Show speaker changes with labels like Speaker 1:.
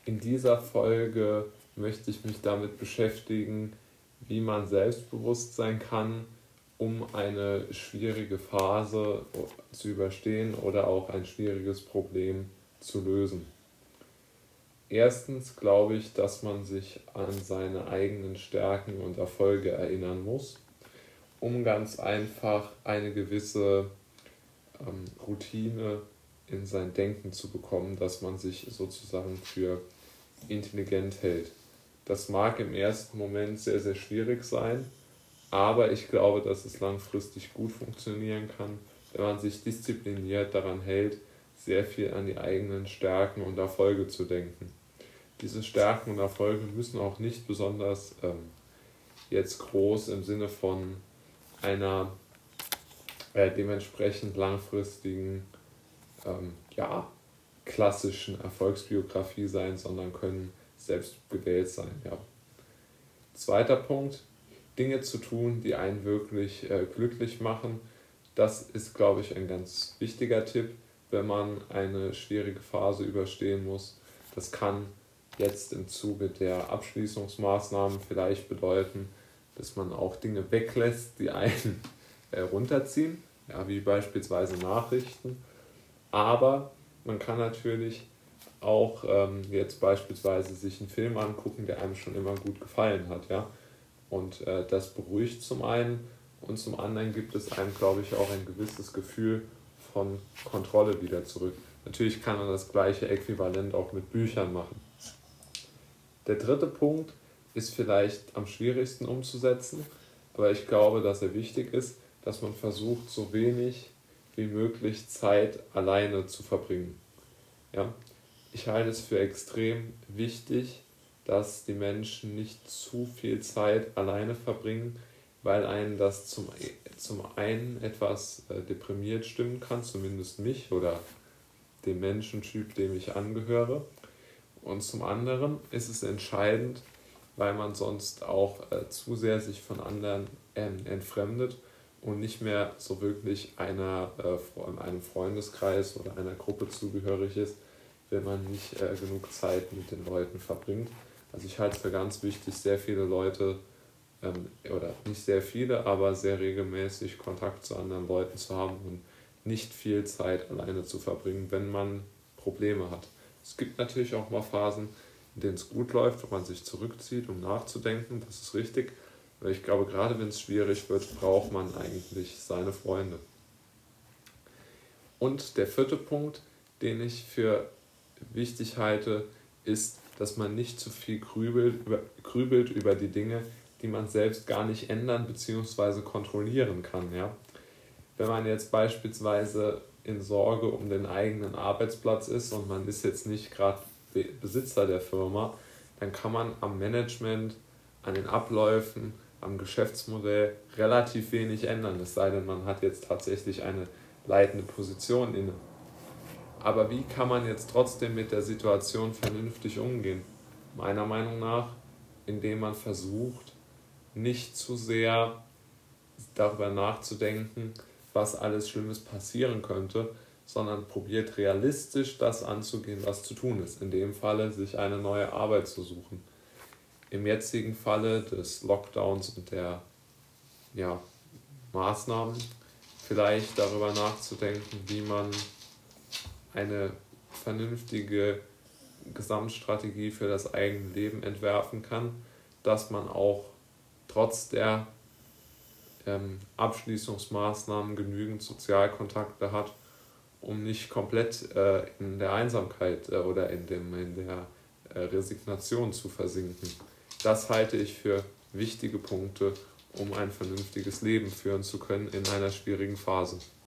Speaker 1: In dieser Folge möchte ich mich damit beschäftigen, wie man selbstbewusst sein kann, um eine schwierige Phase zu überstehen oder auch ein schwieriges Problem zu lösen. Erstens glaube ich, dass man sich an seine eigenen Stärken und Erfolge erinnern muss, um ganz einfach eine gewisse Routine in sein Denken zu bekommen, dass man sich sozusagen für intelligent hält. Das mag im ersten Moment sehr, sehr schwierig sein, aber ich glaube, dass es langfristig gut funktionieren kann, wenn man sich diszipliniert daran hält, sehr viel an die eigenen Stärken und Erfolge zu denken. Diese Stärken und Erfolge müssen auch nicht besonders jetzt groß im Sinne von einer dementsprechend langfristigen, klassischen Erfolgsbiografie sein, sondern können selbst gewählt sein. Ja. Zweiter Punkt, Dinge zu tun, die einen wirklich glücklich machen. Das ist, glaube ich, ein ganz wichtiger Tipp, wenn man eine schwierige Phase überstehen muss. Das kann jetzt im Zuge der Abschließungsmaßnahmen vielleicht bedeuten, dass man auch Dinge weglässt, die einen runterziehen, ja, wie beispielsweise Nachrichten. Aber man kann natürlich auch jetzt beispielsweise sich einen Film angucken, der einem schon immer gut gefallen hat. Ja? Und das beruhigt zum einen und zum anderen gibt es einem, glaube ich, auch ein gewisses Gefühl von Kontrolle wieder zurück. Natürlich kann man das gleiche Äquivalent auch mit Büchern machen. Der dritte Punkt ist vielleicht am schwierigsten umzusetzen, aber ich glaube, dass er wichtig ist, dass man versucht, so wenig wie möglich Zeit alleine zu verbringen. Ja? Ich halte es für extrem wichtig, dass die Menschen nicht zu viel Zeit alleine verbringen, weil einen das zum einen etwas deprimiert stimmen kann, zumindest mich oder den Menschentyp, dem ich angehöre. Und zum anderen ist es entscheidend, weil man sonst auch zu sehr sich von anderen entfremdet und nicht mehr so wirklich einem Freundeskreis oder einer Gruppe zugehörig ist, wenn man nicht genug Zeit mit den Leuten verbringt. Also ich halte es für ganz wichtig, sehr viele Leute, oder nicht sehr viele, aber sehr regelmäßig Kontakt zu anderen Leuten zu haben und nicht viel Zeit alleine zu verbringen, wenn man Probleme hat. Es gibt natürlich auch mal Phasen, in denen es gut läuft, wo man sich zurückzieht, um nachzudenken, das ist richtig. Aber ich glaube, gerade wenn es schwierig wird, braucht man eigentlich seine Freunde. Und der vierte Punkt, den ich für wichtig halte, ist, dass man nicht zu viel grübelt über die Dinge, die man selbst gar nicht ändern bzw. kontrollieren kann. Ja? Wenn man jetzt beispielsweise in Sorge um den eigenen Arbeitsplatz ist und man ist jetzt nicht gerade Besitzer der Firma, dann kann man am Management, an den Abläufen, am Geschäftsmodell relativ wenig ändern, es sei denn, man hat jetzt tatsächlich eine leitende Position inne. Aber wie kann man jetzt trotzdem mit der Situation vernünftig umgehen? Meiner Meinung nach, indem man versucht, nicht zu sehr darüber nachzudenken, was alles Schlimmes passieren könnte, sondern probiert realistisch das anzugehen, was zu tun ist. In dem Falle sich eine neue Arbeit zu suchen. Im jetzigen Falle des Lockdowns und der Maßnahmen vielleicht darüber nachzudenken, wie man eine vernünftige Gesamtstrategie für das eigene Leben entwerfen kann, dass man auch trotz der Abschließungsmaßnahmen genügend Sozialkontakte hat, um nicht komplett in der Einsamkeit oder in der Resignation zu versinken. Das halte ich für wichtige Punkte, um ein vernünftiges Leben führen zu können in einer schwierigen Phase.